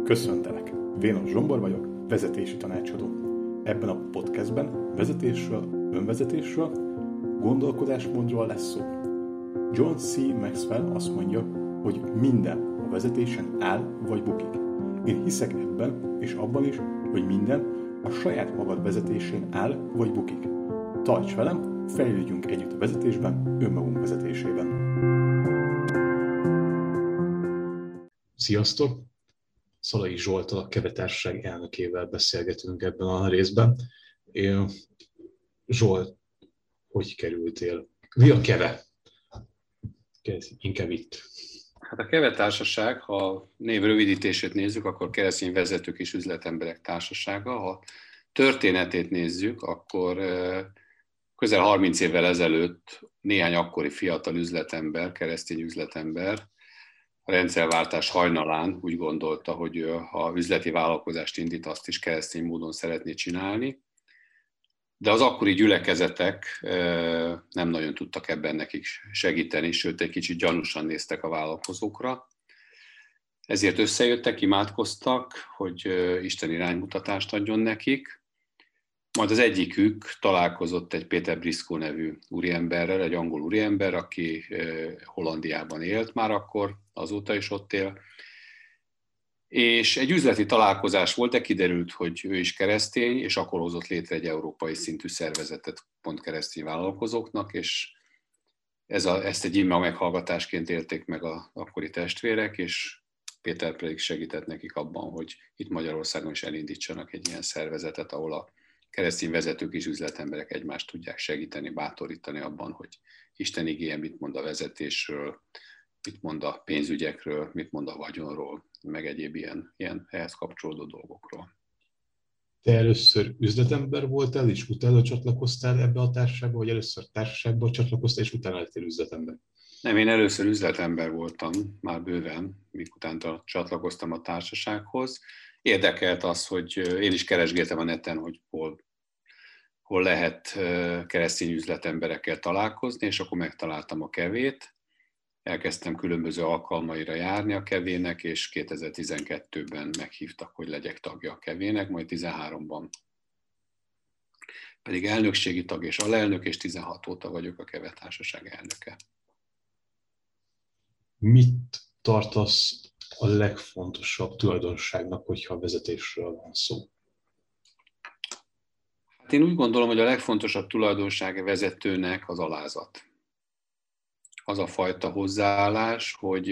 Köszöntelek! Vénos Zsombor vagyok, vezetési tanácsadó. Ebben a podcastben vezetésről, önvezetésről, gondolkodásmódról lesz szó. John C. Maxwell azt mondja, hogy minden a vezetésen áll vagy bukik. Én hiszek ebben és abban is, hogy minden a saját magad vezetésén áll vagy bukik. Tarts velem, fejlődjünk együtt a vezetésben, önmagunk vezetésében. Sziasztok! Szalai Zsolttal, a Keve Társaság elnökével beszélgetünk ebben a részben. Zsolt, hogy kerültél? Mi a Keve? Inkább itt. Hát a Keve Társaság, ha a név rövidítését nézzük, akkor keresztény vezetők és üzletemberek társasága. Ha történetét nézzük, akkor közel 30 évvel ezelőtt néhány akkori fiatal üzletember, keresztény üzletember a rendszerváltás hajnalán úgy gondolta, hogy ha üzleti vállalkozást indít, azt is keresztény módon szeretné csinálni. De az akkori gyülekezetek nem nagyon tudtak ebben nekik segíteni, sőt egy kicsit gyanúsan néztek a vállalkozókra. Ezért összejöttek, imádkoztak, hogy Isten iránymutatást adjon nekik. Majd az egyikük találkozott egy Peter Briscoe nevű úriemberrel, egy angol úriember, aki Hollandiában élt már akkor, azóta is ott él. És egy üzleti találkozás volt, de kiderült, hogy ő is keresztény, és akkor hozott létre egy európai szintű szervezetet pont keresztény vállalkozóknak, és ezt egy ime meghallgatásként élték meg az akkori testvérek, és Péter pedig segített nekik abban, hogy itt Magyarországon is elindítsanak egy ilyen szervezetet, ahol a keresztény vezetők és üzletemberek egymást tudják segíteni, bátorítani abban, hogy Isten igéje mit mond a vezetésről, mit mond a pénzügyekről, mit mond a vagyonról, meg egyéb ilyen ehhez kapcsolódó dolgokról. Te először üzletember voltál, és utána csatlakoztál ebbe a társaságba, vagy először társaságba csatlakoztál, és utána lettél üzletember? Nem, én először üzletember voltam, már bőven, míg utána csatlakoztam a társasághoz. Érdekelt az, hogy én is keresgéltem a neten, hogy hol lehet keresztény üzletemberekkel találkozni, és akkor megtaláltam a Kevét. Elkezdtem különböző alkalmaira járni a Kevének, és 2012-ben meghívtak, hogy legyek tagja a Kevének, majd 13-ban pedig elnökségi tag és alelnök, és 16 óta vagyok a Keve Társaság elnöke. Mit tartasz a legfontosabb tulajdonságnak, hogyha a vezetésről van szó? Hát én úgy gondolom, hogy a legfontosabb tulajdonság a vezetőnek az alázat. Az a fajta hozzáállás, hogy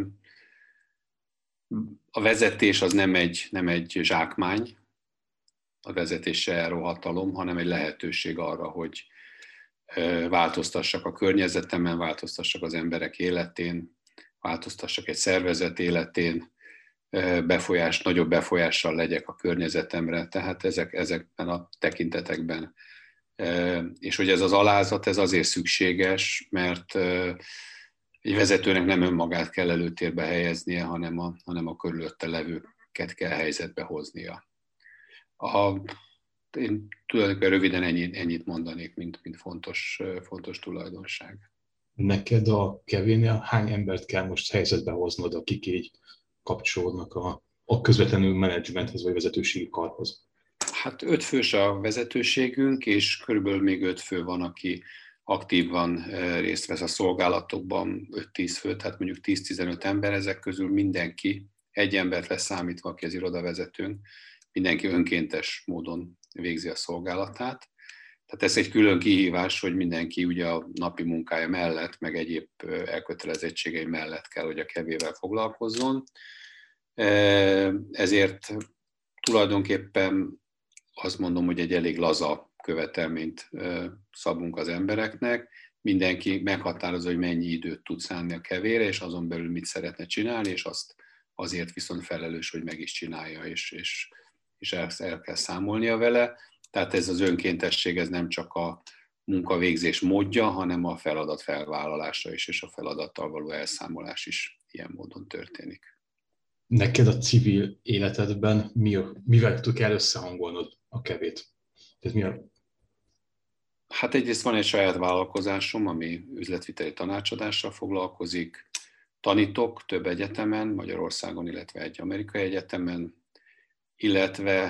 a vezetés az nem egy zsákmány, a vezetés se járó hatalom, hanem egy lehetőség arra, hogy változtassak a környezetemen, változtassak az emberek életén, változtassak egy szervezet életén, nagyobb befolyással legyek a környezetemre, tehát ezekben a tekintetekben. És hogy ez az alázat, ez azért szükséges, mert egy vezetőnek nem önmagát kell előtérbe helyeznie, hanem a körülötte levőket kell helyzetbe hoznia. Én tulajdonképpen röviden ennyit mondanék, mint fontos tulajdonság. Neked a Kevénél hány embert kell most helyzetbe hoznod, akik így kapcsolódnak a közvetlenül menedzsmenthez vagy vezetőségi karhoz? Hát 5 fős a vezetőségünk, és körülbelül még 5 fő van, aki aktívan részt vesz a szolgálatokban, 5-10 fő, tehát mondjuk 10-15 ember, ezek közül mindenki, egy embert leszámítva, aki az irodavezetőnk, mindenki önkéntes módon végzi a szolgálatát. Tehát ez egy külön kihívás, hogy mindenki ugye a napi munkája mellett, meg egyéb elkötelezettségei mellett kell, hogy a Kevével foglalkozzon. Ezért tulajdonképpen azt mondom, hogy egy elég laza követelményt szabunk az embereknek. Mindenki meghatározza, hogy mennyi időt tud szánni a Kevére, és azon belül mit szeretne csinálni, és azt azért viszont felelős, hogy meg is csinálja, és el kell számolnia vele. Tehát ez az önkéntesség, ez nem csak a munkavégzés módja, hanem a feladat felvállalása is, és a feladattal való elszámolás is ilyen módon történik. Neked a civil életedben mivel kell összehangolnod a Kevét? Hát egyrészt van egy saját vállalkozásom, ami üzletviteli tanácsadással foglalkozik. tanítok több egyetemen, Magyarországon, illetve egy amerikai egyetemen, illetve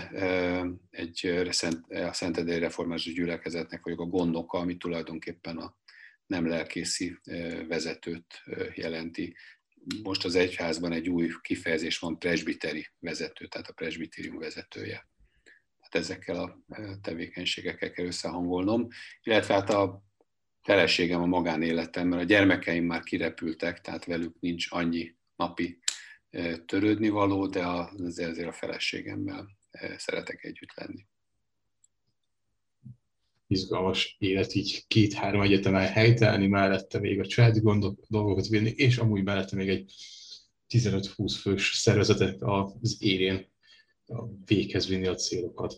a Szentendrei Református Gyülekezetnek vagyok a gondnoka, ami tulajdonképpen a nem lelkészi vezetőt jelenti. Most az egyházban egy új kifejezés van, presbiteri vezető, tehát a presbitérium vezetője. Hát ezekkel a tevékenységekkel kell összehangolnom, illetve hát a feleségem a magánéletem, mert a gyermekeim már kirepültek, tehát velük nincs annyi napi törődnivaló, de azért a feleségemmel szeretek együtt lenni. Izgalmas élet, így 2-3 egyetemen helytállni, mellette még a családi dolgokat vinni, és amúgy mellette még egy 15-20 fős szervezetek az élén véghez vinni a célokat.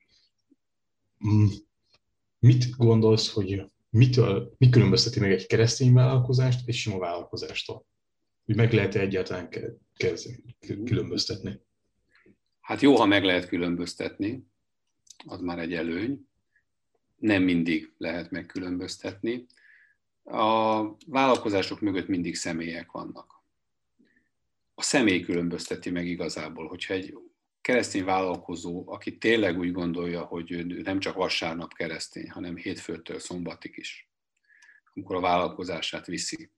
Mit gondolsz, hogy mi különbözteti meg egy keresztény vállalkozást egy sima vállalkozástól? Hogy meg lehet-e egyáltalán különböztetni? Hát jó, ha meg lehet különböztetni, az már egy előny. Nem mindig lehet megkülönböztetni. A vállalkozások mögött mindig személyek vannak. A személy különbözteti meg igazából, hogyha egy keresztény vállalkozó, aki tényleg úgy gondolja, hogy ő nem csak vasárnap keresztény, hanem hétfőtől szombatig is, amikor a vállalkozását viszi.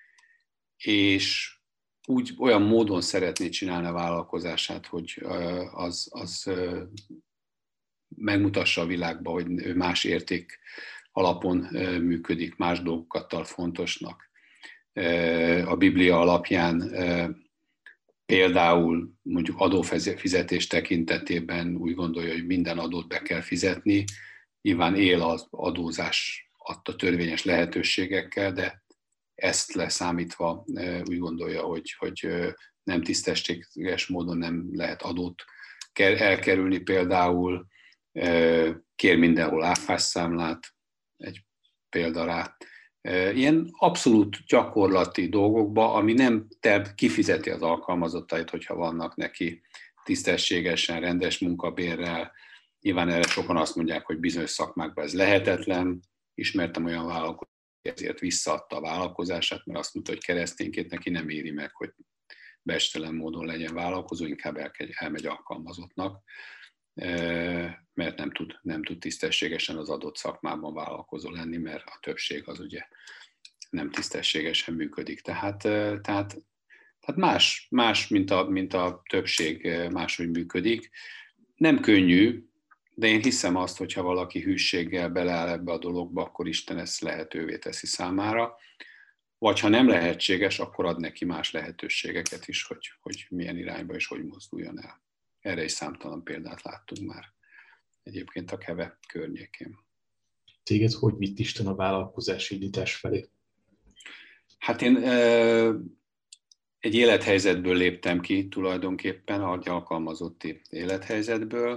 És olyan módon szeretné csinálni a vállalkozását, hogy az megmutassa a világba, hogy ő más érték alapon működik, más dolgokat tart fontosnak. A Biblia alapján például mondjuk adófizetés tekintetében úgy gondolja, hogy minden adót be kell fizetni. Nyilván él az adózás adta törvényes lehetőségekkel, de ezt leszámítva úgy gondolja, hogy nem tisztességes módon nem lehet adót elkerülni. Például kér mindenhol áfásszámlát, egy példa rá. Ilyen abszolút gyakorlati dolgokba, ami nem kifizeti az alkalmazottait, hogyha vannak neki tisztességesen, rendes munkabérrel. Nyilván erre sokan azt mondják, hogy bizonyos szakmákban ez lehetetlen. Ismertem olyan vállalkozót, ezért visszaadta a vállalkozását, mert azt mondta, hogy keresztényként neki nem éri meg, hogy becstelen módon legyen vállalkozó, inkább elmegy alkalmazottnak, mert nem tud tisztességesen az adott szakmában vállalkozó lenni, mert a többség az ugye nem tisztességesen működik. Tehát más mint a többség máshogy működik. Nem könnyű, de én hiszem azt, hogyha valaki hűséggel beleáll ebbe a dologba, akkor Isten ezt lehetővé teszi számára. Vagy ha nem lehetséges, akkor ad neki más lehetőségeket is, hogy milyen irányba és hogy mozduljon el. Erre is számtalan példát láttunk már egyébként a Keve környékén. Téged hogy vitt Isten a vállalkozási indítás felé? Hát én egy élethelyzetből léptem ki tulajdonképpen, egy alkalmazotti élethelyzetből,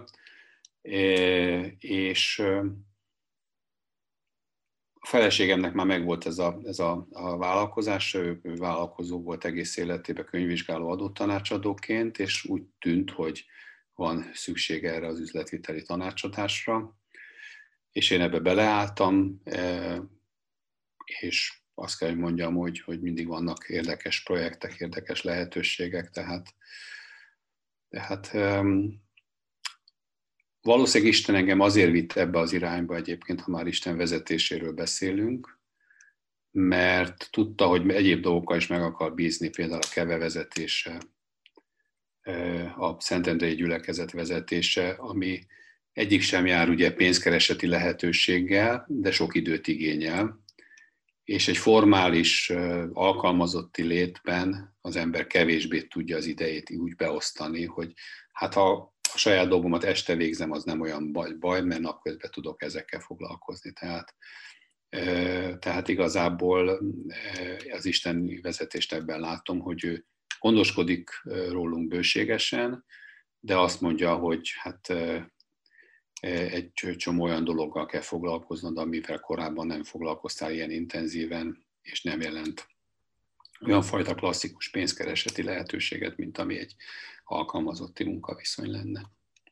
és a feleségemnek már megvolt ez a vállalkozás, ő vállalkozó volt egész életében, könyvvizsgáló adótanácsadóként, és úgy tűnt, hogy van szüksége erre az üzletviteli tanácsadásra, és én ebbe beleálltam, és azt kell, hogy mondjam, hogy mindig vannak érdekes projektek, érdekes lehetőségek, tehát valószínűleg Isten engem azért vitt ebbe az irányba egyébként, ha már Isten vezetéséről beszélünk, mert tudta, hogy egyéb dolgokkal is meg akar bízni, például a Keve vezetése, a Szentendrei Gyülekezet vezetése, ami egyik sem jár ugye pénzkereseti lehetőséggel, de sok időt igényel, és egy formális alkalmazotti létben az ember kevésbé tudja az idejét úgy beosztani, hogy hát ha a saját dolgomat este végzem, az nem olyan baj, mert napközben tudok ezekkel foglalkozni. Tehát igazából az Isten vezetést ebben látom, hogy ő gondoskodik rólunk bőségesen, de azt mondja, hogy hát egy csomó olyan dologgal kell foglalkoznod, amivel korábban nem foglalkoztál ilyen intenzíven, és nem jelent olyan fajta klasszikus pénzkereseti lehetőséget, mint ami egy alkalmazotti munkaviszony lenne.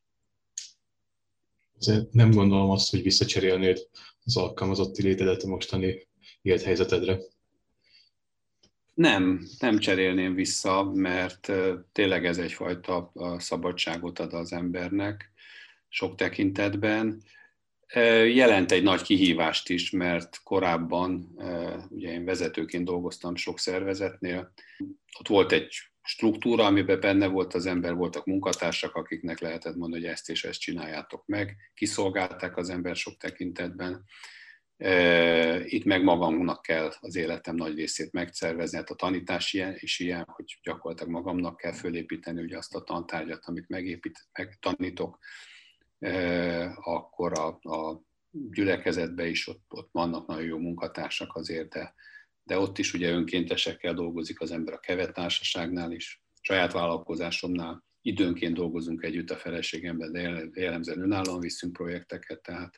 Nem gondolom azt, hogy visszacserélnéd az alkalmazotti létedet a mostani élethelyzetedre. Nem cserélném vissza, mert tényleg ez egyfajta szabadságot ad az embernek sok tekintetben. Jelent egy nagy kihívást is, mert korábban, ugye én vezetőként dolgoztam sok szervezetnél, ott volt egy struktúra, amiben benne volt az ember, voltak munkatársak, akiknek lehetett mondani, hogy ezt és ezt csináljátok meg, kiszolgálták az ember sok tekintetben. Itt meg magamnak kell az életem nagy részét megszervezni, hát a tanítás is ilyen, hogy gyakorlatilag magamnak kell fölépíteni ugye azt a tantárgyat, amit megtanítok, akkor a gyülekezetben is ott vannak nagyon jó munkatársak azért, de ott is ugye önkéntesekkel dolgozik az ember a kevettársaságnál is, saját vállalkozásomnál időnként dolgozunk együtt a feleségemmel, de jellemzően önállóan viszünk projekteket,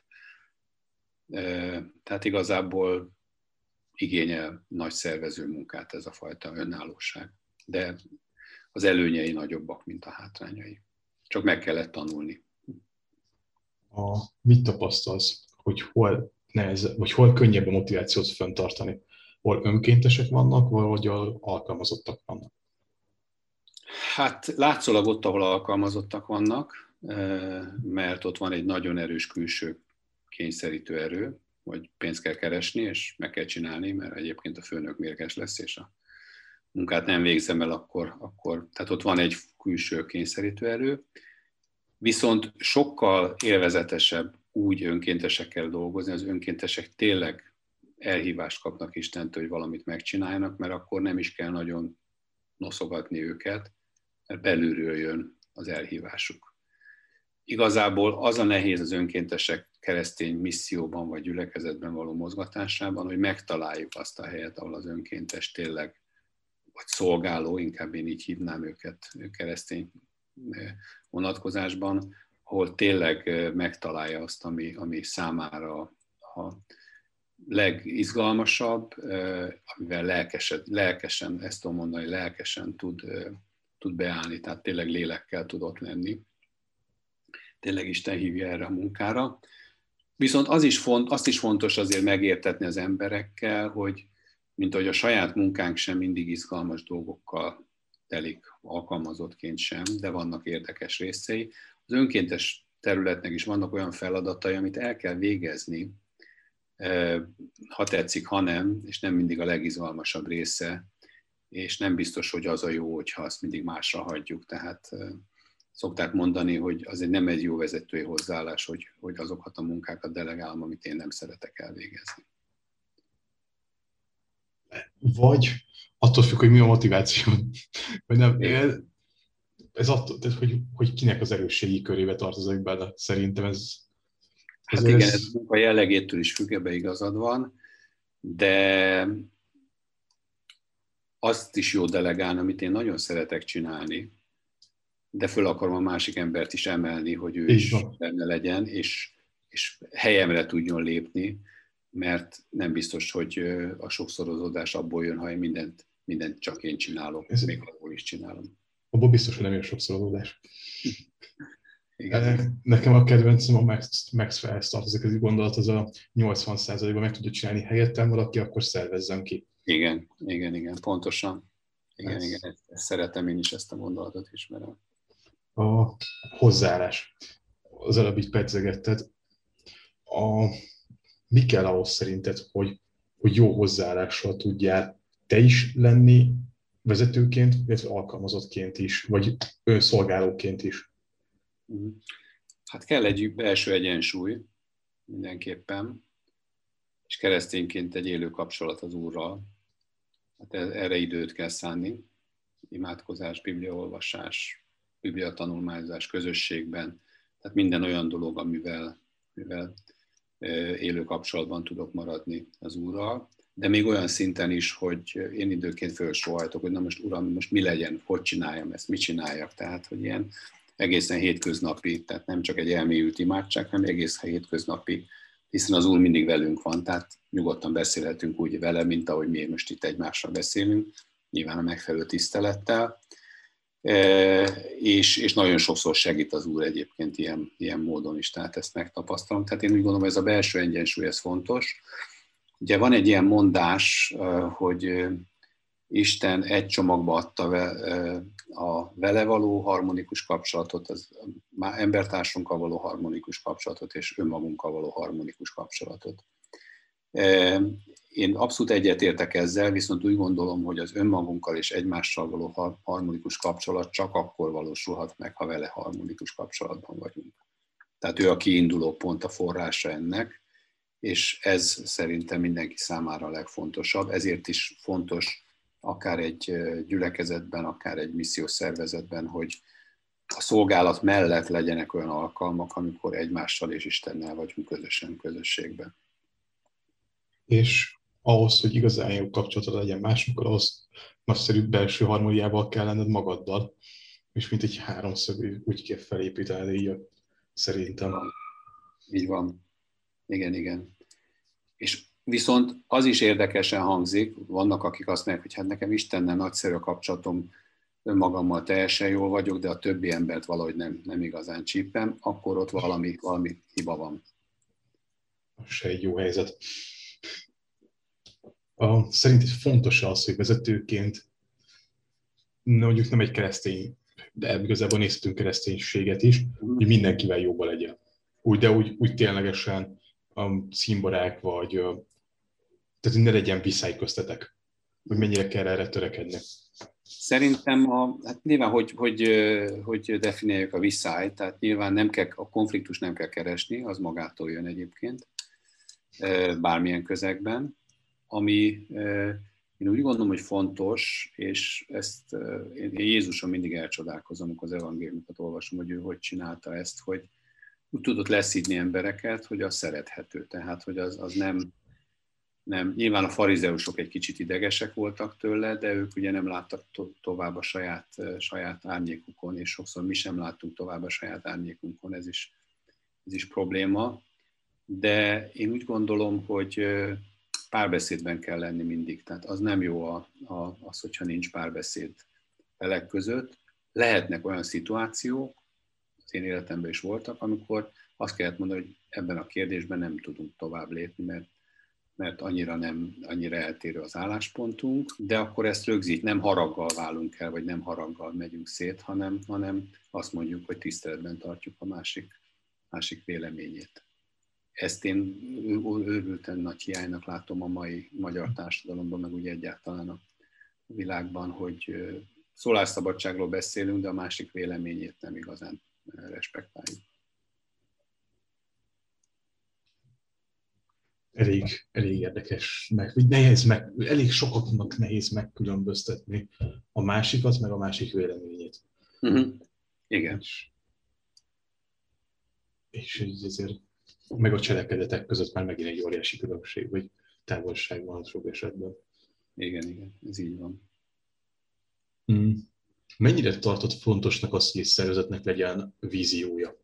tehát igazából igényel nagy szervező munkát ez a fajta önállóság. De az előnyei nagyobbak, mint a hátrányai. Csak meg kellett tanulni. Mit tapasztalsz, hogy hol vagy hol könnyebb a motivációt fenntartani? Hol önkéntesek vannak, vagy alkalmazottak vannak? Hát látszólag ott, ahol alkalmazottak vannak, mert ott van egy nagyon erős külső kényszerítő erő, hogy pénzt kell keresni, és meg kell csinálni, mert egyébként a főnök mérges lesz, és a munkát nem végzem el, akkor tehát ott van egy külső kényszerítő erő. Viszont sokkal élvezetesebb úgy önkéntesekkel dolgozni, az önkéntesek tényleg elhívást kapnak Istentől, hogy valamit megcsináljanak, mert akkor nem is kell nagyon noszogatni őket, mert belülről jön az elhívásuk. Igazából az a nehéz az önkéntesek keresztény misszióban vagy gyülekezetben való mozgatásában, hogy megtaláljuk azt a helyet, ahol az önkéntes tényleg, vagy szolgáló, inkább én így hívnám őket keresztény vonatkozásban, ahol tényleg megtalálja azt, ami számára a legizgalmasabb, amivel lelkesen, ezt tudom mondani, lelkesen tud beállni, tehát tényleg lélekkel tud ott lenni. Tényleg Isten hívja erre a munkára. Viszont azt is fontos azért megértetni az emberekkel, hogy mint ahogy a saját munkánk sem mindig izgalmas dolgokkal telik, alkalmazottként sem, de vannak érdekes részei. Az önkéntes területnek is vannak olyan feladatai, amit el kell végezni, ha tetszik, ha nem, és nem mindig a legizgalmasabb része, és nem biztos, hogy az a jó, hogyha azt mindig másra hagyjuk. Tehát szokták mondani, hogy azért nem egy jó vezetői hozzáállás, hogy azokat a munkákat delegálom, amit én nem szeretek elvégezni. Vagy attól függ, hogy mi a motiváció. Vagy nem, ez attól, hogy kinek az erősségi körébe tartozik bele. Szerintem ez igen, ez a munka jellegétől is függ, ebbe igazad van, de azt is jó delegálni, amit én nagyon szeretek csinálni, de föl akarom a másik embert is emelni, hogy ő is benne legyen, és helyemre tudjon lépni, mert nem biztos, hogy a sokszorozódás abból jön, ha én mindent csak én csinálok, még abból is csinálom. Abból biztos, hogy nem jön sokszorozódás. Nekem a kedvencem a Maxwell-hez tartozik ez a gondolat, az a 80%-ban meg tudja csinálni helyettem valaki, akkor szervezzem ki. Igen, pontosan. Igen, ezt szeretem, én is ezt a gondolatot ismerem. A hozzáállás. Az előbb így pedzegetted. Mi kell ahhoz szerinted, hogy jó hozzáállással tudjál te is lenni vezetőként, illetve alkalmazottként is, vagy önszolgálóként is? Hát kell egy belső egyensúly mindenképpen, és keresztényként egy élő kapcsolat az Úrral. Hát erre időt kell szánni, imádkozás, bibliaolvasás, bibliatanulmányzás közösségben, tehát minden olyan dolog, amivel élő kapcsolatban tudok maradni az Úrral, de még olyan szinten is, hogy én időként fölsóhajtok, hogy na most Uram, most mi legyen, hogy csináljam ezt, mit csináljak, tehát hogy ilyen egészen hétköznapi, tehát nem csak egy elmélyült imádság, hanem egész hétköznapi, hiszen az Úr mindig velünk van, tehát nyugodtan beszélhetünk úgy vele, mint ahogy mi most itt egymással beszélünk, nyilván a megfelelő tisztelettel, és nagyon sokszor segít az Úr egyébként ilyen módon is, tehát ezt megtapasztalom. Tehát én úgy gondolom, hogy ez a belső egyensúly, ez fontos. Ugye van egy ilyen mondás, hogy Isten egy csomagba adta a vele való harmonikus kapcsolatot, az embertársunkkal való harmonikus kapcsolatot és önmagunkkal való harmonikus kapcsolatot. Én abszolút egyetértek ezzel, viszont úgy gondolom, hogy az önmagunkkal és egymással való harmonikus kapcsolat csak akkor valósulhat meg, ha vele harmonikus kapcsolatban vagyunk. Tehát ő a kiinduló pont, a forrása ennek, és ez szerintem mindenki számára a legfontosabb. Ezért is fontos akár egy gyülekezetben, akár egy missziós szervezetben, hogy a szolgálat mellett legyenek olyan alkalmak, amikor egymással és Istennel vagyunk közösen, közösségben. És ahhoz, hogy igazán jó kapcsolatod legyen másokkal, ahhoz nagyszerű belső harmóniával kell lenned magaddal, és mint egy háromszög úgy kell felépítened így szerintem. Így van. Igen. És viszont az is érdekesen hangzik, vannak akik azt mondják, hogy hát nekem Istennel nagyszerű a kapcsolatom, önmagammal teljesen jól vagyok, de a többi embert valahogy nem igazán csípem, akkor ott valami hiba van. Az se egy jó helyzet. Szerintem fontos az, hogy vezetőként mondjuk nem egy keresztény, de igazából néztünk kereszténységet is, hogy mindenkivel jóba legyen. Úgy ténylegesen színbarák vagy, tehát ne legyen viszály köztetek, hogy mennyire kell erre törekedni. Szerintem hát nyilván, hogy definiáljuk a viszályt, tehát nyilván a konfliktus nem kell keresni, az magától jön egyébként, bármilyen közegben. Ami én úgy gondolom, hogy fontos, és ezt én Jézuson mindig elcsodálkozom, amikor az evangéliumokat olvasom, hogy ő hogy csinálta ezt, hogy úgy tudott leszídni embereket, hogy az szerethető. Tehát, hogy az nem nyilván a farizeusok egy kicsit idegesek voltak tőle, de ők ugye nem láttak tovább a saját árnyékukon, és sokszor mi sem láttunk tovább a saját árnyékunkon, ez is probléma. De én úgy gondolom, hogy párbeszédben kell lenni mindig. Tehát az nem jó az, hogyha nincs párbeszéd felek között. Lehetnek olyan szituációk, az én életemben is voltak, amikor azt kellett mondani, hogy ebben a kérdésben nem tudunk tovább lépni, mert annyira eltérő az álláspontunk, de akkor ezt rögzít, nem haraggal válunk el, vagy nem haraggal megyünk szét, hanem azt mondjuk, hogy tiszteletben tartjuk a másik véleményét. Ezt én őrülten nagy hiánynak látom a mai magyar társadalomban, meg úgy egyáltalán a világban, hogy szólásszabadságról beszélünk, de a másik véleményét nem igazán respektáljuk. Elég érdekes, elég sokaknak nehéz megkülönböztetni a másikat, meg a másik véleményét. Igen. És ezért meg a cselekedetek között már megint egy óriási különbség, vagy távolság van sok esetben. Igen, ez így van. Mennyire tartott fontosnak azt, hogy egy szervezetnek legyen víziója?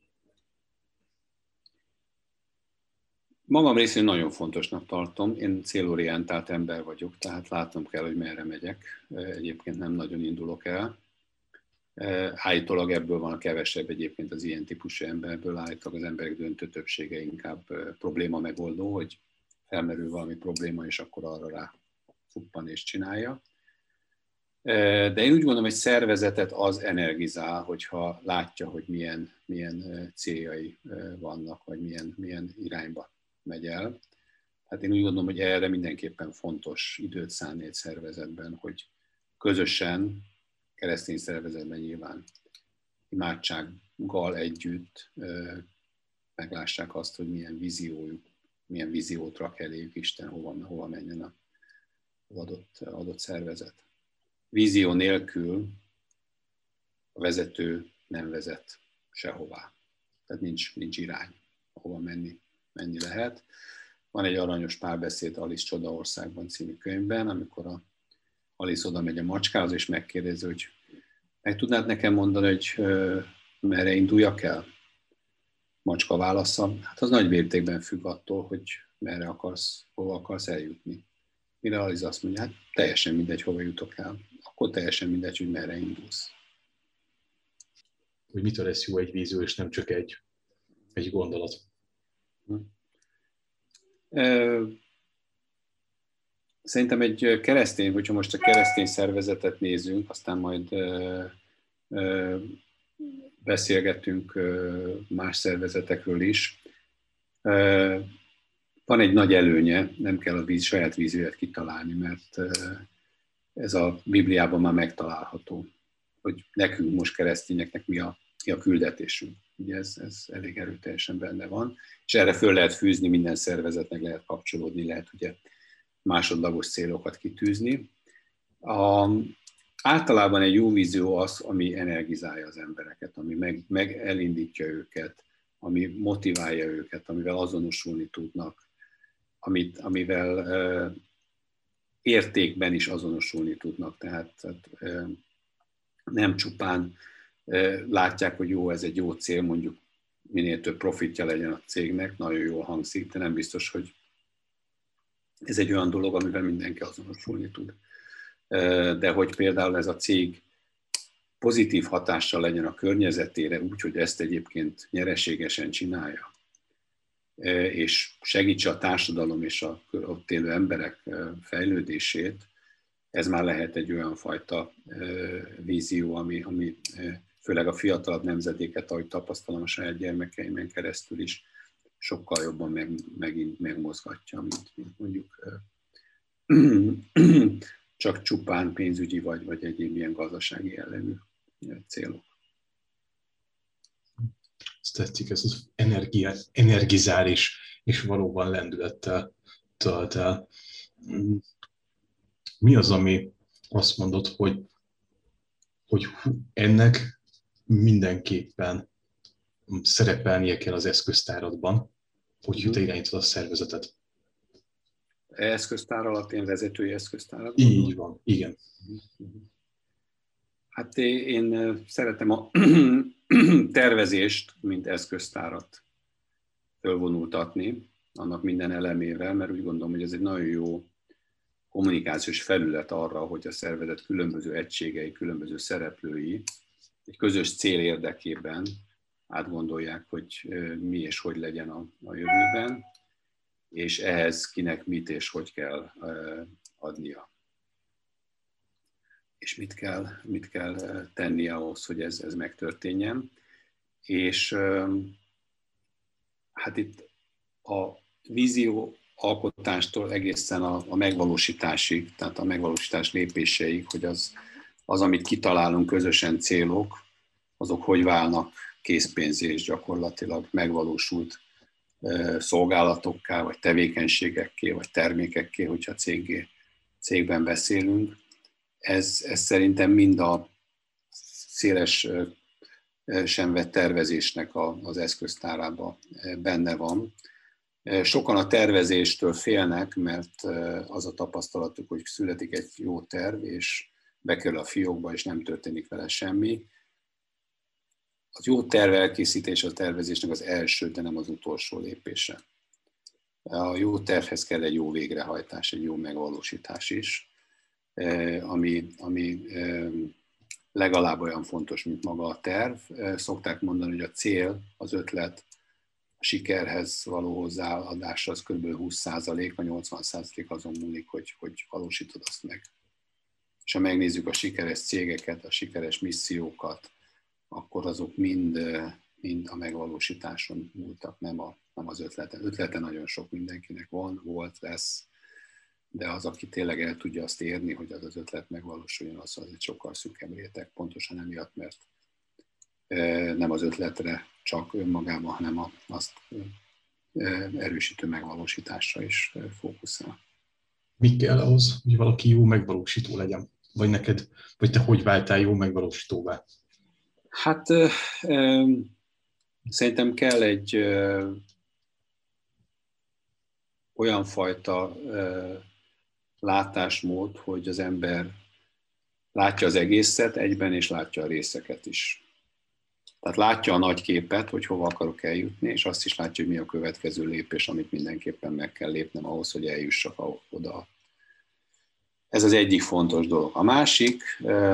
Magam részén nagyon fontosnak tartom. Én célorientált ember vagyok, tehát látnom kell, hogy merre megyek. Egyébként nem nagyon indulok el. Állítólag ebből van a kevesebb egyébként az ilyen típusú emberből, állítólag az emberek döntő többsége inkább probléma megoldó, hogy felmerül valami probléma, és akkor arra rá fuppan és csinálja. De én úgy gondolom, hogy szervezetet az energizál, hogyha látja, hogy milyen céljai vannak, vagy milyen irányba megy el. Hát én úgy gondolom, hogy erre mindenképpen fontos időt szánni egy szervezetben, hogy közösen, keresztény szervezetben nyilván imádsággal együtt meglássák azt, hogy milyen víziót rak eléjük Isten, hova menjen az adott szervezet. Vízió nélkül a vezető nem vezet sehová. Tehát nincs irány, hova menni lehet. Van egy aranyos párbeszéd Alice Csodaországban című könyvben, amikor a Alice oda megy a macskához, és megkérdezi, hogy meg tudnád nekem mondani, hogy merre induljak el? Macska válasza, hát az nagy mértékben függ attól, hogy hova akarsz eljutni. Mire Alice azt mondja, hát teljesen mindegy, hova jutok el. Akkor teljesen mindegy, hogy merre indulsz. Hogy mitől lesz jó egy vízió, és nem csak egy gondolat. Szerintem egy keresztény, hogyha most a keresztény szervezetet nézünk, aztán majd beszélgetünk más szervezetekről is. Van egy nagy előnye, nem kell a saját vízióját kitalálni, mert ez a Bibliában már megtalálható, hogy nekünk most keresztényeknek mi a küldetésünk. Ugye ez elég erőteljesen benne van, és erre föl lehet fűzni, minden szervezetnek lehet kapcsolódni, lehet ugye másodlagos célokat kitűzni. Általában egy jó vízió az, ami energizálja az embereket, ami meg elindítja őket, ami motiválja őket, amivel azonosulni tudnak, amivel értékben is azonosulni tudnak. Tehát nem csupán látják, hogy jó, ez egy jó cél, mondjuk minél több profitja legyen a cégnek, nagyon jól hangzik, de nem biztos, hogy ez egy olyan dolog, amivel mindenki azonosulni tud. De hogy például ez a cég pozitív hatással legyen a környezetére, úgyhogy ezt egyébként nyereségesen csinálja, és segítse a társadalom és a ott élő emberek fejlődését, ez már lehet egy olyan fajta vízió, ami főleg a fiatalabb nemzedéket, ahogy tapasztalom a saját gyermekeimen keresztül is, sokkal jobban megmozgatja, mint mondjuk csak csupán pénzügyi vagy egyéb ilyen gazdasági jellegű célok. Ezt tetszik, ez az energizál és valóban lendülettel tölt el. Mi az, ami azt mondod, hogy ennek mindenképpen szerepelnie kell az eszköztáradban, hogy te irányítod a szervezetet? Eszköztár alatt én vezetői eszköztárat? Így van, igen. Hát én szeretem a tervezést, mint eszköztárat fölvonultatni, annak minden elemével, mert úgy gondolom, hogy ez egy nagyon jó kommunikációs felület arra, hogy a szervezet különböző egységei, különböző szereplői egy közös cél érdekében átgondolják, hogy mi és hogy legyen a jövőben, és ehhez kinek mit és hogy kell adnia. És mit kell tennie ahhoz, hogy ez megtörténjen. És hát itt a vízió alkotástól egészen a megvalósításig, tehát a megvalósítás lépéseig, hogy az, amit kitalálunk közösen célok, azok hogy válnak készpénzé és gyakorlatilag megvalósult szolgálatokká, vagy tevékenységekké, vagy termékekké, hogyha cégben beszélünk. Ez szerintem mind a széles sem vett tervezésnek az eszköztárában benne van. Sokan a tervezéstől félnek, mert az a tapasztalatuk, hogy születik egy jó terv, és bekerül a fiókba, és nem történik vele semmi. Az jó terv elkészítése a tervezésnek az első, de nem az utolsó lépése. A jó tervhez kell egy jó végrehajtás, egy jó megvalósítás is, ami legalább olyan fontos, mint maga a terv. Szokták mondani, hogy a cél, az ötlet, a sikerhez való hozzáadás az kb. 20%, vagy 80% azon múlik, hogy valósítod azt meg. És ha megnézzük a sikeres cégeket, a sikeres missziókat, akkor azok mind a megvalósításon múltak, nem az ötleten. Ötlete nagyon sok mindenkinek van, volt, lesz, de az, aki tényleg el tudja azt érni, hogy az ötlet megvalósuljon, az egy sokkal szűkebb réteg, pontosan emiatt, mert nem az ötletre csak önmagában, hanem azt erősítő megvalósításra is fókuszál. Mi kell ahhoz, hogy valaki jó megvalósító legyen? Vagy te hogy váltál jó megvalósítóvá? Hát szerintem kell egy olyan fajta látásmód, hogy az ember látja az egészet egyben, és látja a részeket is. Tehát látja a nagy képet, hogy hova akarok eljutni, és azt is látja, hogy mi a következő lépés, amit mindenképpen meg kell lépnem ahhoz, hogy eljussak oda. Ez az egyik fontos dolog. A másik,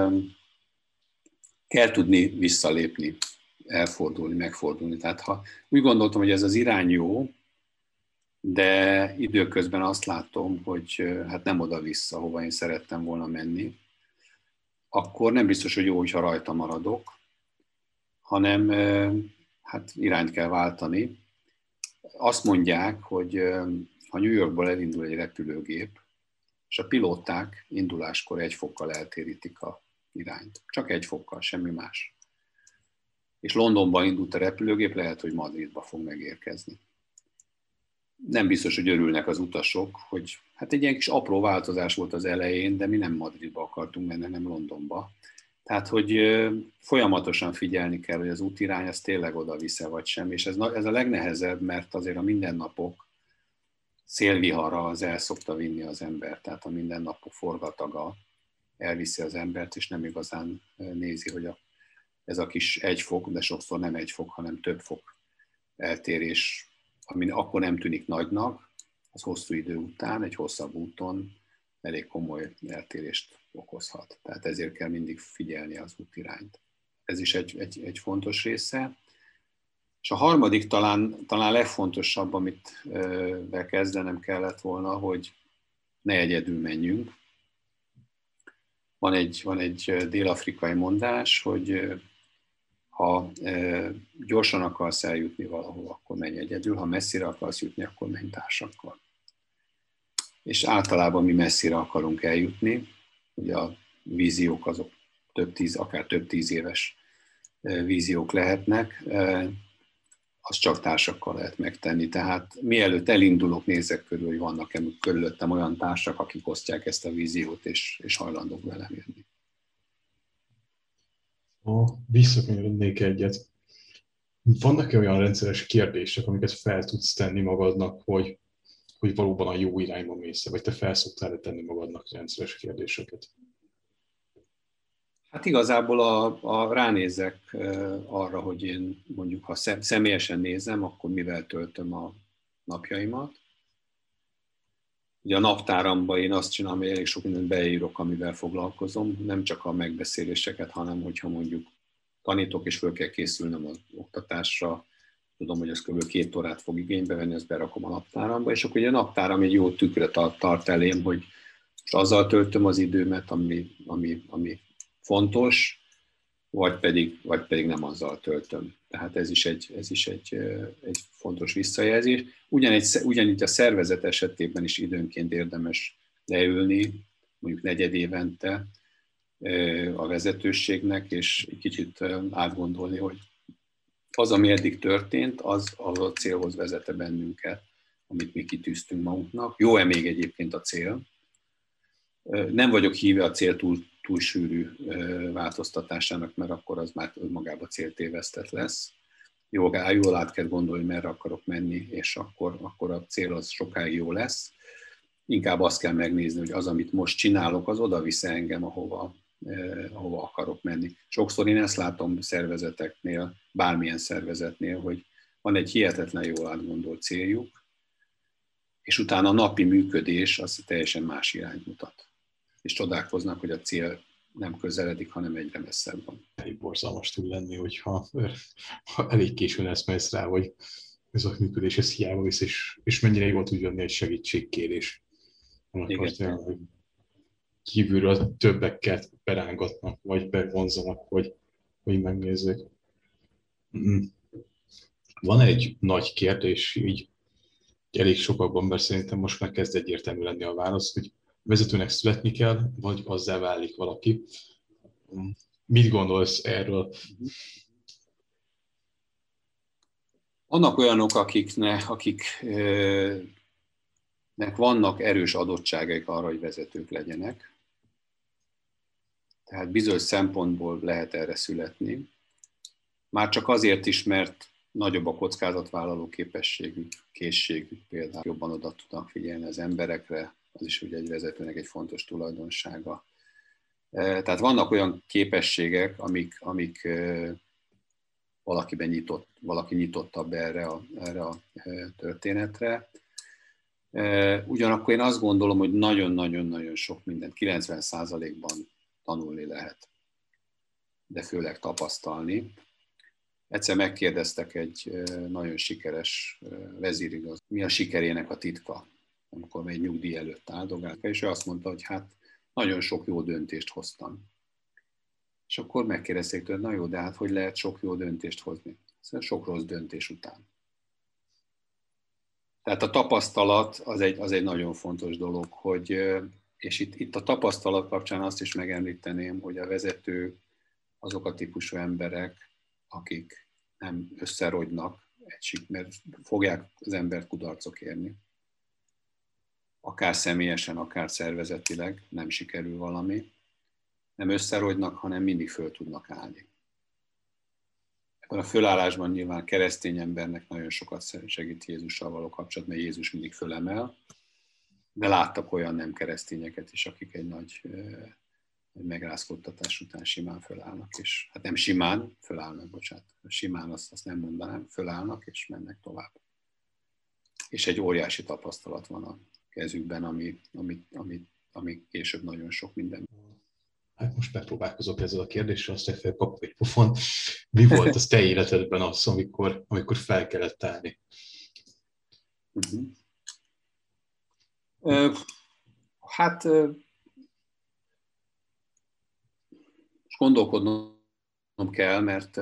kell tudni visszalépni, elfordulni, megfordulni. Tehát ha úgy gondoltam, hogy ez az irány jó, de időközben azt látom, hogy hát nem oda-vissza, hova én szerettem volna menni, akkor nem biztos, hogy jó, hogyha rajta maradok, hanem hát irányt kell váltani. Azt mondják, hogy ha New Yorkból elindul egy repülőgép, és a pilóták induláskor 1 fokkal eltérítik a irányt. Csak 1 fokkal, semmi más. És Londonban indult a repülőgép, lehet, hogy Madridba fog megérkezni. Nem biztos, hogy örülnek az utasok, hogy hát egy ilyen kis apró változás volt az elején, de mi nem Madridba akartunk menni, hanem Londonba. Tehát, hogy folyamatosan figyelni kell, hogy az útirány az tényleg oda visz vagy sem, és ez a legnehezebb, mert azért a mindennapok szélvihara az el szokta vinni az embert, tehát a mindennapok forgataga elviszi az embert, és nem igazán nézi, hogy ez a kis 1 fok, de sokszor nem 1 fok, hanem több fok eltérés, ami akkor nem tűnik nagynak, az hosszú idő után, egy hosszabb úton elég komoly eltérést okozhat. Tehát ezért kell mindig figyelni az útirányt. Ez is egy fontos része. És a harmadik talán legfontosabb, amit kezdenem kellett volna, hogy ne egyedül menjünk. Van egy dél-afrikai mondás, hogy ha gyorsan akarsz eljutni valahol, akkor menj egyedül, ha messzire akarsz jutni, akkor menj társakkal. És általában mi messzire akarunk eljutni, ugye a víziók azok akár több 10 éves víziók lehetnek, azt csak társakkal lehet megtenni. Tehát mielőtt elindulok, nézek körül, hogy vannak-e körülöttem olyan társak, akik osztják ezt a víziót, és hajlandók velem jönni. Visszakanyarodnék egyet. Vannak-e olyan rendszeres kérdések, amiket fel tudsz tenni magadnak, hogy valóban a jó irányba mész, vagy te fel szoktál tenni magadnak rendszeres kérdéseket? Hát igazából ránézek arra, hogy én mondjuk, ha személyesen nézem, akkor mivel töltöm a napjaimat. Ugye a naptáramban én azt csinálom, hogy elég sok mindent beírok, amivel foglalkozom, nem csak a megbeszéléseket, hanem hogyha mondjuk tanítok és föl kell készülnöm az oktatásra, tudom, hogy ez kb. 2 órát fog igénybe venni, ezt berakom a naptáramba, és akkor ugye a naptáram egy jó tükröt tart elém, hogy most azzal töltöm az időmet, ami fontos, vagy pedig nem azzal töltöm. Tehát ez is egy fontos visszajelzés. Ugyanígy a szervezet esetében is időnként érdemes leülni, mondjuk 4 évente a vezetőségnek, és egy kicsit átgondolni, hogy az, ami eddig történt, az a célhoz vezete bennünket, amit mi kitűztünk magunknak. Jó-e még egyébként a cél? Nem vagyok híve a cél túl sűrű változtatásának, mert akkor az már önmagában céltévesztett lesz. Jól át kell gondolni, merre akarok menni, és akkor a cél az sokáig jó lesz. Inkább azt kell megnézni, hogy az, amit most csinálok, az oda visz engem, ahova akarok menni. Sokszor én ezt látom szervezeteknél, bármilyen szervezetnél, hogy van egy hihetetlen jól átgondolt céljuk, és utána a napi működés az teljesen más irányt mutat. És csodálkoznak, hogy a cél nem közeledik, hanem egyre messzebb van. Elég borzalmas tud lenni, hogyha elég későn eszmész rá, hogy ez a működés ez hiába visz, és mennyire jól tud jönni egy segítségkérés. Amikor kívülről többeket berángatnak, vagy bevonzanak, hogy megnézzék. Van egy nagy kérdés, így elég sokakban szerintem most már kezd egyértelmű lenni a válasz, hogy vezetőnek születni kell, vagy azzá válik valaki. Mit gondolsz erről? Vannak olyanok, akiknek vannak erős adottságaik arra, hogy vezetők legyenek. Tehát bizonyos szempontból lehet erre születni. Már csak azért is, mert nagyobb a kockázatvállaló képességük, készségük, például jobban oda tudnak figyelni az emberekre, az is ugye egy vezetőnek egy fontos tulajdonsága. Tehát vannak olyan képességek, amik valaki nyitottabb erre a történetre. Ugyanakkor én azt gondolom, hogy nagyon-nagyon-nagyon sok mindent, 90%-ban tanulni lehet, de főleg tapasztalni. Egyszer megkérdeztek egy nagyon sikeres vezérigazgató, mi a sikerének a titka, amikor egy nyugdíj előtt áldogált, és ő azt mondta, hogy hát nagyon sok jó döntést hoztam. És akkor megkérdezték tőle, na jó, de hát hogy lehet sok jó döntést hozni? Szóval sok rossz döntés után. Tehát a tapasztalat az egy nagyon fontos dolog, hogy, és itt a tapasztalat kapcsán azt is megemlíteném, hogy a vezetők azok a típusú emberek, akik nem összerogynak, mert fogják az embert kudarcok érni. Akár személyesen, akár szervezetileg nem sikerül valami. Nem összerogynak, hanem mindig föl tudnak állni. Ebben a fölállásban nyilván keresztény embernek nagyon sokat segít Jézussal való kapcsolat, mert Jézus mindig fölemel, de láttak olyan nem keresztényeket is, akik egy nagy megrázkódtatás után simán fölállnak, és hát nem simán, fölállnak, bocsánat, simán azt nem mondanám, fölállnak és mennek tovább. És egy óriási tapasztalat van a kezükben, ami később nagyon sok minden. Hát most megpróbálkozok ezzel a kérdéssel, aztán felkapok egy pofon. Mi volt az te életedben az, amikor fel kellett állni? Hát gondolkodnom kell, mert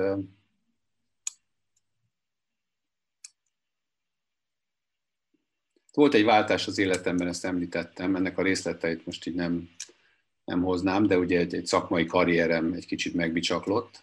volt egy váltás az életemben, ezt említettem, ennek a részleteit most így nem hoznám, de ugye egy szakmai karrierem egy kicsit megbicsaklott,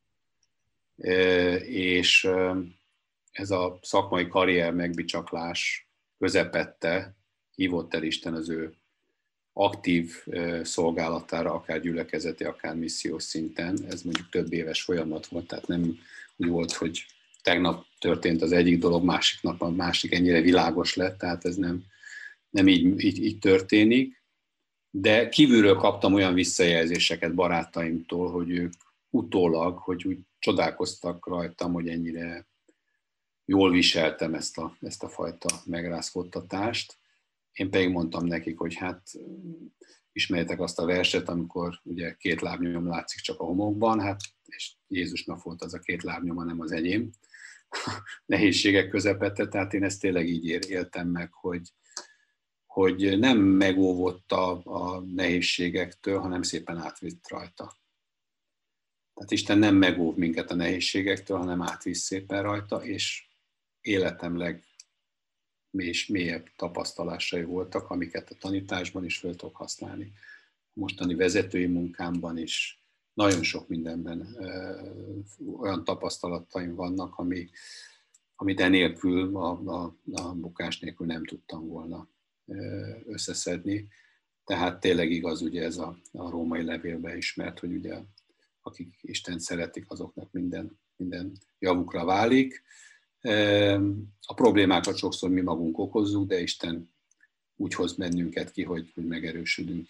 és ez a szakmai karrier megbicsaklás közepette hívott el Isten az ő aktív szolgálatára, akár gyülekezeti, akár missziós szinten. Ez mondjuk több éves folyamat volt, tehát nem úgy volt, hogy tegnap történt az egyik dolog, másik nap a másik ennyire világos lett, tehát ez nem így történik. De kívülről kaptam olyan visszajelzéseket barátaimtól, hogy ők utólag, hogy úgy csodálkoztak rajtam, hogy ennyire jól viseltem ezt a fajta megrázkódtatást. Én pedig mondtam nekik, hogy hát ismerjétek azt a verset, amikor ugye 2 lábnyom látszik csak a homokban, hát és Jézusnak volt az a 2 lábnyoma, nem az enyém. Nehézségek közepette, tehát én ezt tényleg így éltem meg, hogy nem megóvott a nehézségektől, hanem szépen átvitt rajta. Tehát Isten nem megóv minket a nehézségektől, hanem átvisz szépen rajta, és életem mélyebb tapasztalásai voltak, amiket a tanításban is fel tudok használni. A mostani vezetői munkámban is nagyon sok mindenben olyan tapasztalataim vannak, amit enélkül, a bukás nélkül nem tudtam volna összeszedni. Tehát tényleg igaz ugye ez a római levélben ismert, hogy ugye akik Istent szeretik, azoknak minden javukra válik. A problémákat sokszor mi magunk okozzuk, de Isten úgy hoz bennünket ki, hogy megerősödünk,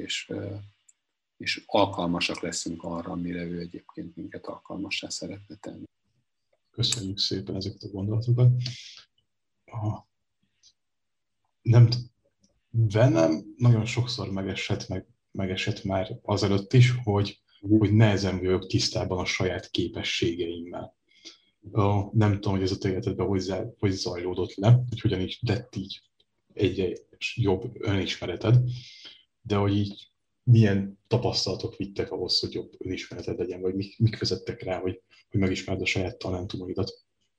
és alkalmasak leszünk arra, amire ő egyébként minket alkalmassá szeretne tenni. Köszönjük szépen ezeket a gondolatokat. Velem nagyon sokszor megesett már azelőtt is, hogy nehezen vagyok tisztában a saját képességeimmel. Nem tudom, hogy ez a életedben hogy zajlódott le, hogy hogyan is lett így egyre jobb önismereted, de hogy így milyen tapasztalatok vittek ahhoz, hogy jobb önismereted legyen, vagy mik vezettek rá, hogy megismerd a saját talentumaidat?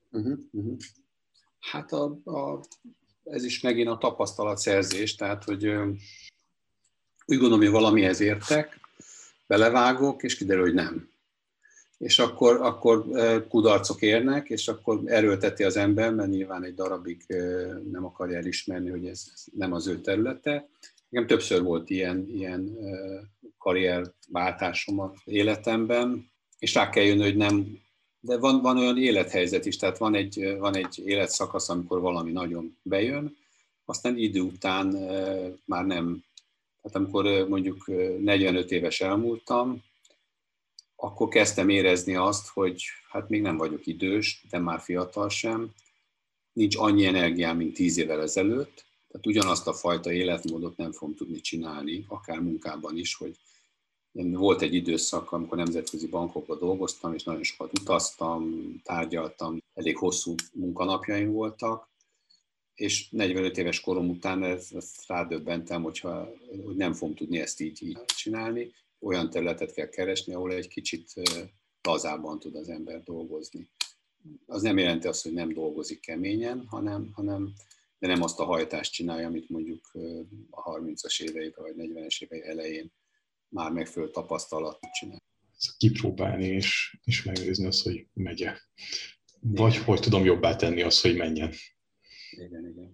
Hát ez is megint a tapasztalatszerzés, tehát hogy úgy gondolom, hogy valamihez értek, belevágok, és kiderül, hogy nem. És akkor kudarcok érnek, és akkor erőlteti az ember, mert nyilván egy darabig nem akarja elismerni, hogy ez nem az ő területe. Nekem többször volt ilyen karrierváltásom az életemben, és rá kell jönni, hogy nem, de van olyan élethelyzet is, tehát van egy életszakasz, amikor valami nagyon bejön, aztán idő után már nem. Tehát amikor mondjuk 45 éves elmúltam, akkor kezdtem érezni azt, hogy hát még nem vagyok idős, de már fiatal sem, nincs annyi energiám, mint 10 évvel ezelőtt, tehát ugyanazt a fajta életmódot nem fogom tudni csinálni, akár munkában is, hogy Volt egy időszak, amikor nemzetközi bankokban dolgoztam, és nagyon sokat utaztam, tárgyaltam, elég hosszú munkanapjaim voltak, és 45 éves korom után ezt rádöbbentem, hogy nem fogom tudni ezt így csinálni. Olyan területet kell keresni, ahol egy kicsit lazábban tud az ember dolgozni. Az nem jelenti azt, hogy nem dolgozik keményen, de nem azt a hajtást csinálja, amit mondjuk a 30-as éveiben vagy 40-es évei elején már megfelelő tapasztalat csinál. Kipróbálni és megnézni azt, hogy megye. Vagy hogy tudom jobbá tenni azt, hogy menjen. Igen.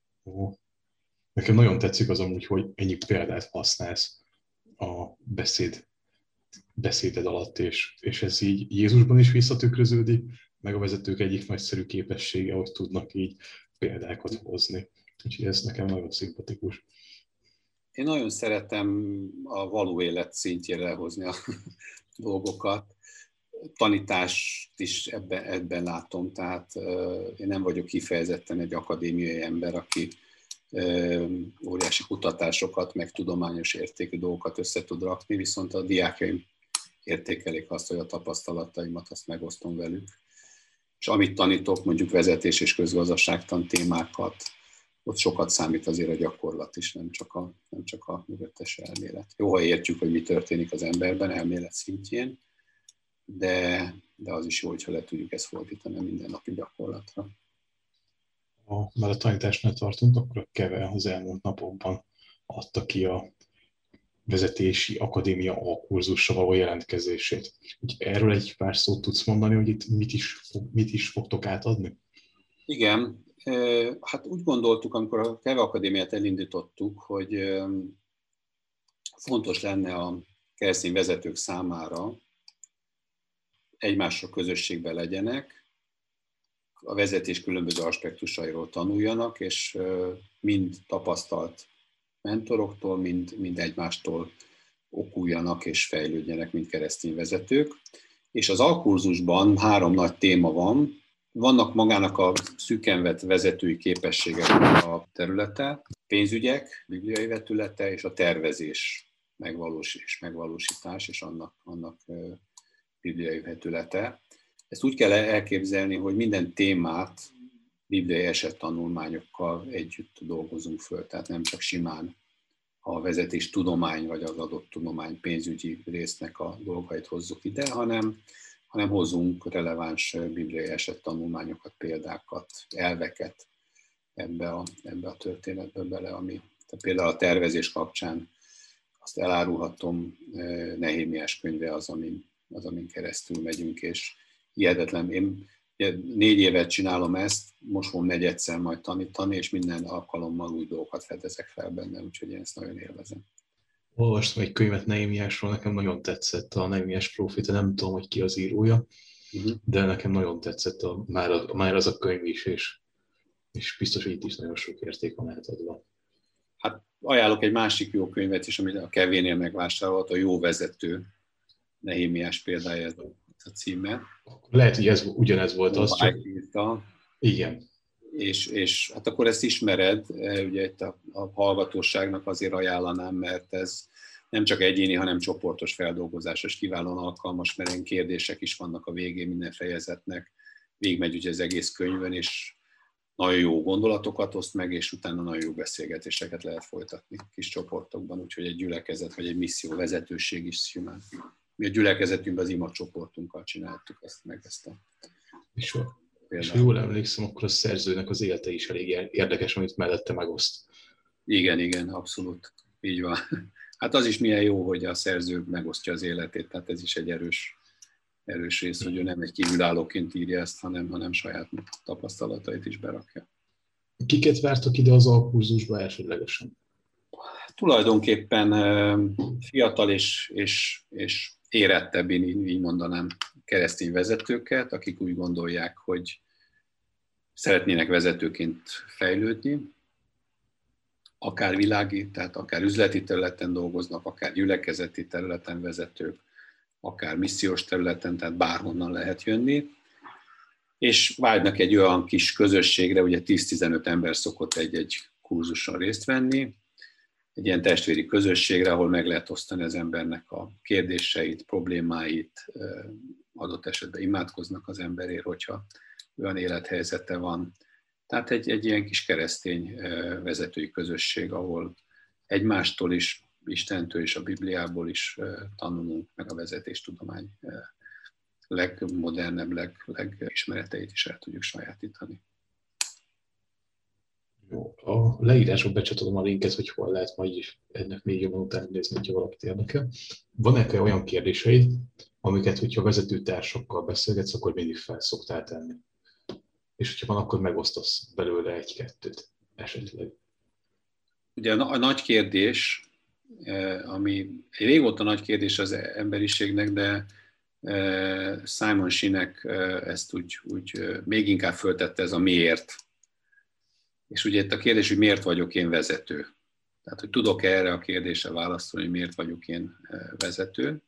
Nekem nagyon tetszik az amúgy, hogy ennyi példát használsz a beszéded alatt, és ez így Jézusban is visszatükröződik, meg a vezetők egyik nagyszerű képessége, hogy tudnak így példákat hozni. Úgyhogy ez nekem nagyon szimpatikus. Én nagyon szeretem a való élet szintjére lehozni a dolgokat. Tanítást is ebben látom, tehát én nem vagyok kifejezetten egy akadémiai ember, aki óriási kutatásokat, meg tudományos értékű dolgokat össze tud rakni, viszont a diákjaim értékelik azt, hogy a tapasztalataimat azt megosztom velük. És amit tanítok, mondjuk vezetés és közgazdaságtan témákat, ott sokat számít azért a gyakorlat is, nem csak a mögöttes elmélet. Jó, ha értjük, hogy mi történik az emberben elmélet szintjén, de az is jó, hogyha le tudjuk ezt fordítani a mindennapi gyakorlatra. Ha már a tanításnál tartunk, akkor a KEVE az elmúlt napokban adta ki a vezetési akadémia A-kurzusra való jelentkezését. Úgy erről egy pár szót tudsz mondani, hogy itt mit is fogtok átadni? Igen, hát úgy gondoltuk, amikor a KEVE Akadémiát elindítottuk, hogy fontos lenne a keresztény vezetők számára egymásra közösségben legyenek, a vezetés különböző aspektusairól tanuljanak, és mind tapasztalt mentoroktól, mind egymástól okuljanak és fejlődjenek, mint keresztény vezetők. És az alkurzusban 3 nagy téma van. Vannak magának a szűken vett vezetői képességek a területe, pénzügyek, bibliai vetülete, és a tervezés megvalósítás, és annak bibliai vetülete. Ezt úgy kell elképzelni, hogy minden témát bibliai esettanulmányokkal együtt dolgozunk föl, tehát nem csak simán a vezetés tudomány vagy az adott tudomány pénzügyi résznek a dolgait hozzuk ide, hanem hozunk releváns bibliai esettanulmányokat, példákat, elveket ebbe a történetbe bele, tehát például a tervezés kapcsán azt elárulhatom, Nehémiás könyve az, amin keresztül megyünk, és hihetetlen. Én 4 évet csinálom ezt, most fogom 4-szer majd tanítani, és minden alkalommal új dolgokat fedezek fel benne, úgyhogy én ezt nagyon élvezem. Olvastam egy könyvet Nehémiásról, nekem nagyon tetszett a Nehémiás próféta, nem tudom, hogy ki az írója, de nekem nagyon tetszett már az a könyv is, és biztos, hogy itt is nagyon sok érték van átadva. Hát ajánlok egy másik jó könyvet is, amit a Kevénél megvásárolt, a Jó vezető, Nehémiás példája ez a címe. Lehet, hogy ugyanez volt az, csak... Igen. És hát akkor ezt ismered, ugye itt a hallgatóságnak azért ajánlanám, mert ez nem csak egyéni, hanem csoportos feldolgozásos kiválóan alkalmas, mert ilyen kérdések is vannak a végén minden fejezetnek, végigmegy ugye az egész könyvön, és nagyon jó gondolatokat oszt meg, és utána nagyon jó beszélgetéseket lehet folytatni kis csoportokban, úgyhogy egy gyülekezet vagy egy misszió vezetőség is simán. Mi a gyülekezetünkben az ima csoportunkkal csináltuk ezt a... És ha jól emlékszem, akkor a szerzőnek az élete is elég érdekes, amit mellette megoszt. Igen, abszolút. Így van. Hát az is milyen jó, hogy a szerző megosztja az életét, tehát ez is egy erős rész, hogy ő nem egy kívülállóként írja ezt, hanem saját tapasztalatait is berakja. Kiket vártak ide az alkurzusba elsődlegesen? Tulajdonképpen fiatal és érettebb, én így mondanám, keresztény vezetőket, akik úgy gondolják, hogy szeretnének vezetőként fejlődni, akár világi, tehát akár üzleti területen dolgoznak, akár gyülekezeti területen vezetők, akár missziós területen, tehát bárhonnan lehet jönni, és vágynak egy olyan kis közösségre, ugye 10-15 ember szokott egy kurzuson részt venni, egy ilyen testvéri közösségre, ahol meg lehet osztani az embernek a kérdéseit, problémáit, adott esetben imádkoznak az emberért, hogyha olyan élethelyzete van. Tehát egy ilyen kis keresztény vezetői közösség, ahol egymástól is, Istentől és a Bibliából is tanulunk, meg a vezetéstudomány legmodernebb, legismereteit is el tudjuk sajátítani. Jó, a leírásban becsatolom a linket, hogy hol lehet majd is ennek még jobban utána nézni, hogyha valakit érdekel. Van-e olyan kérdéseid, amiket, hogyha vezetőtársakkal beszélgetsz, akkor mindig fel szoktál tenni? És hogyha van, akkor megosztasz belőle egy-kettőt esetleg. Ugye a nagy kérdés, ami régóta nagy kérdés az emberiségnek, de Simon Sinek ezt úgy még inkább föltette, ez a miért. És ugye itt a kérdés, hogy miért vagyok én vezető. Tehát, hogy tudok erre a kérdésre válaszolni, hogy miért vagyok én vezető.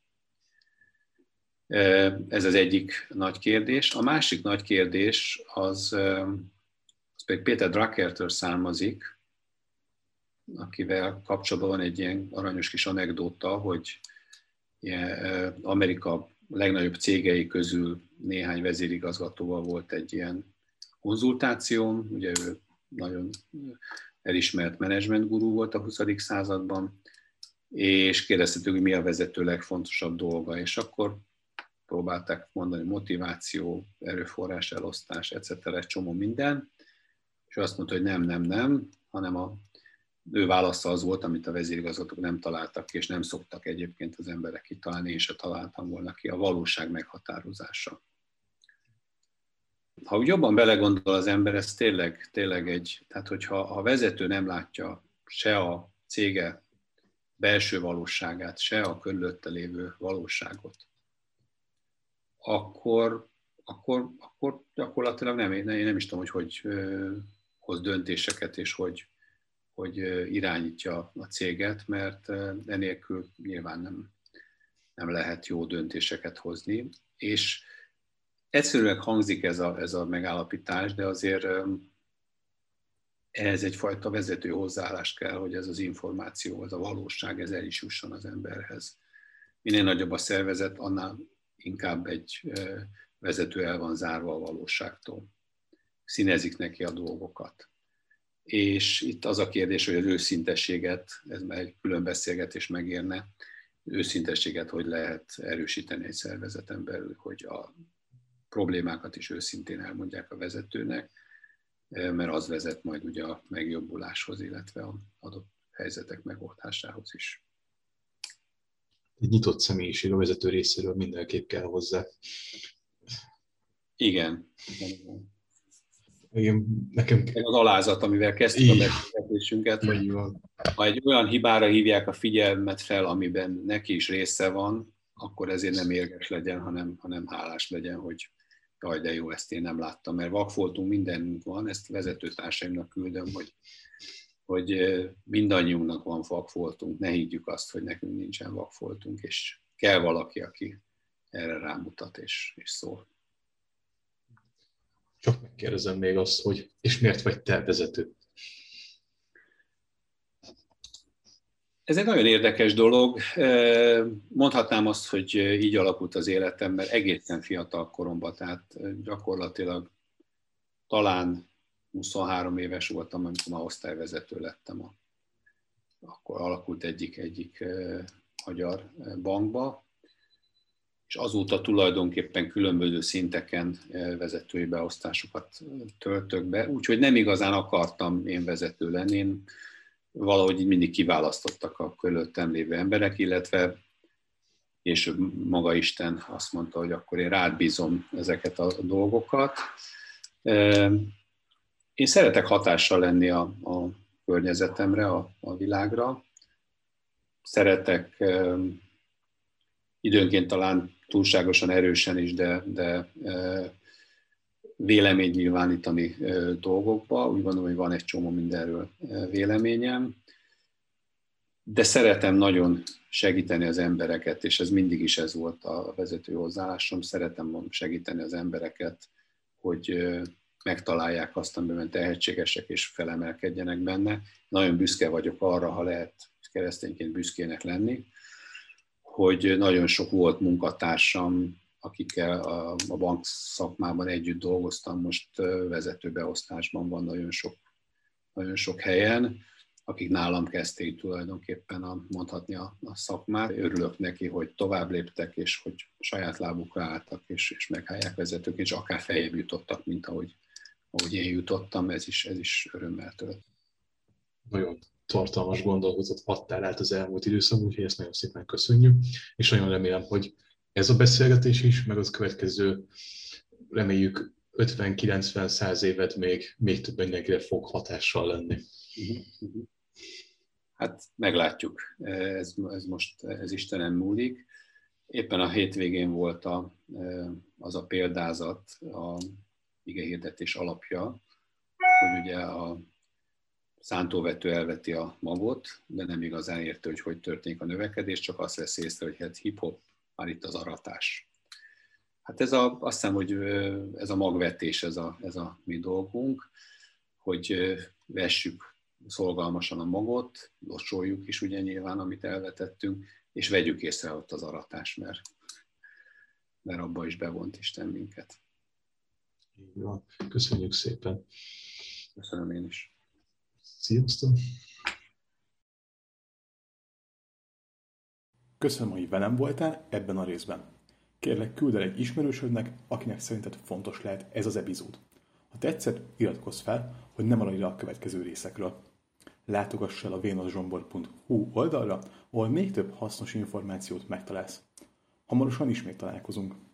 Ez az egyik nagy kérdés. A másik nagy kérdés az pedig Peter Druckertől származik, akivel kapcsolatban van egy ilyen aranyos kis anekdóta, hogy Amerika legnagyobb cégei közül néhány vezérigazgatóval volt egy ilyen konzultáció. Ugye ő nagyon elismert menedzsment gurú volt a 20. században, és kérdeztetük, hogy mi a vezető legfontosabb dolga, és akkor próbálták mondani motiváció, erőforrás elosztás, etc. egy csomó minden, és azt mondta, hogy nem, hanem ő válasza az volt, amit a vezérigazgatók nem találtak ki, és nem szoktak egyébként az emberek kitalálni, én se találtam volna ki, a valóság meghatározása. Ha úgy jobban belegondol az ember, ez tényleg tehát hogyha a vezető nem látja se a cége belső valóságát, se a körülötte lévő valóságot, akkor gyakorlatilag nem is tudom, hogy hoz döntéseket, és hogy irányítja a céget, mert enélkül nyilván nem lehet jó döntéseket hozni. És egyszerűen hangzik ez a megállapítás, de azért ehhez egyfajta vezető hozzáállást kell, hogy ez az információ, ez a valóság, ez el is jusson az emberhez. Minél nagyobb a szervezet, annál inkább egy vezető el van zárva a valóságtól. Színezik neki a dolgokat. És itt az a kérdés, hogy az őszintességet, ez már egy külön beszélgetés megérne, őszintességet hogy lehet erősíteni egy szervezeten belül, hogy a problémákat is őszintén elmondják a vezetőnek, mert az vezet majd ugye a megjobbuláshoz, illetve az adott helyzetek megoldásához is. Egy nyitott személyiség a vezető részéről mindenképp kell hozzá. Igen. Nekem... Az alázat, amivel kezdtük a beszélgetésünket, hogy ha egy olyan hibára hívják a figyelmet fel, amiben neki is része van, akkor ezért nem érges legyen, hanem hálás legyen, hogy jaj, de jó, ezt én nem láttam, mert vakfoltunk, mindenünk van, ezt vezetőtársaimnak küldöm, hogy mindannyiunknak van vakfoltunk, ne higgyük azt, hogy nekünk nincsen vakfoltunk, és kell valaki, aki erre rámutat és szól. Csak megkérdezem még azt, hogy és miért vagy te vezető? Ez egy nagyon érdekes dolog. Mondhatnám azt, hogy így alakult az életem, mert egészen fiatal koromban, tehát gyakorlatilag talán 23 éves voltam, amikor már osztályvezető lettem. Akkor alakult egyik magyar bankba, és azóta tulajdonképpen különböző szinteken vezetői beosztásokat töltök be, úgyhogy nem igazán akartam én vezető lenni, én valahogy így mindig kiválasztottak a körülöttem lévő emberek, illetve később maga Isten azt mondta, hogy akkor én rád bízom ezeket a dolgokat. Én szeretek hatással lenni a környezetemre, a világra. Szeretek időnként talán túlságosan erősen is, de véleményt nyilvánítani dolgokba. Úgy gondolom, hogy van egy csomó mindenről véleményem. De szeretem nagyon segíteni az embereket, és ez mindig is ez volt a vezető hozzáállásom. Szeretem segíteni az embereket, hogy megtalálják azt, amiben tehetségesek, és felemelkedjenek benne. Nagyon büszke vagyok arra, ha lehet keresztényként büszkének lenni, hogy nagyon sok volt munkatársam, akikkel a bank szakmában együtt dolgoztam, most vezetőbeosztásban van nagyon sok helyen, akik nálam kezdték tulajdonképpen mondhatni a szakmát. Örülök neki, hogy tovább léptek, és hogy saját lábukra álltak, és megállják vezetők, és akár feljebb jutottak, mint ahogy én jutottam, ez is örömmel tölt. Nagyon tartalmas gondolatot adtál át az elmúlt időszakban, úgyhogy ezt nagyon szépen köszönjük, és nagyon remélem, hogy ez a beszélgetés is, meg az következő, reméljük 50-90-100 évet még több mindenkire fog hatással lenni. Hát meglátjuk, ez Istenem múlik. Éppen a hétvégén volt az a példázat, a igehirdetés alapja, hogy ugye a szántóvető elveti a magot, de nem igazán érte, hogy történik a növekedés, csak azt vesz észre, hogy hát hip-hop, már itt az aratás. Hát azt hiszem, hogy ez a magvetés, ez a mi dolgunk, hogy vessük szolgalmasan a magot, locsoljuk is ugye nyilván, amit elvetettünk, és vegyük észre ott az aratás, mert abba is bevont Isten minket. Így van. Köszönjük szépen. Köszönöm én is. Sziasztok! Köszönöm, hogy velem voltál ebben a részben. Kérlek, küld el egy ismerősödnek, akinek szerinted fontos lehet ez az epizód. Ha tetszett, iratkozz fel, hogy ne maradj le a következő részekről. Látogass el a vénuszsombor.hu oldalra, ahol még több hasznos információt megtalálsz. Hamarosan ismét találkozunk.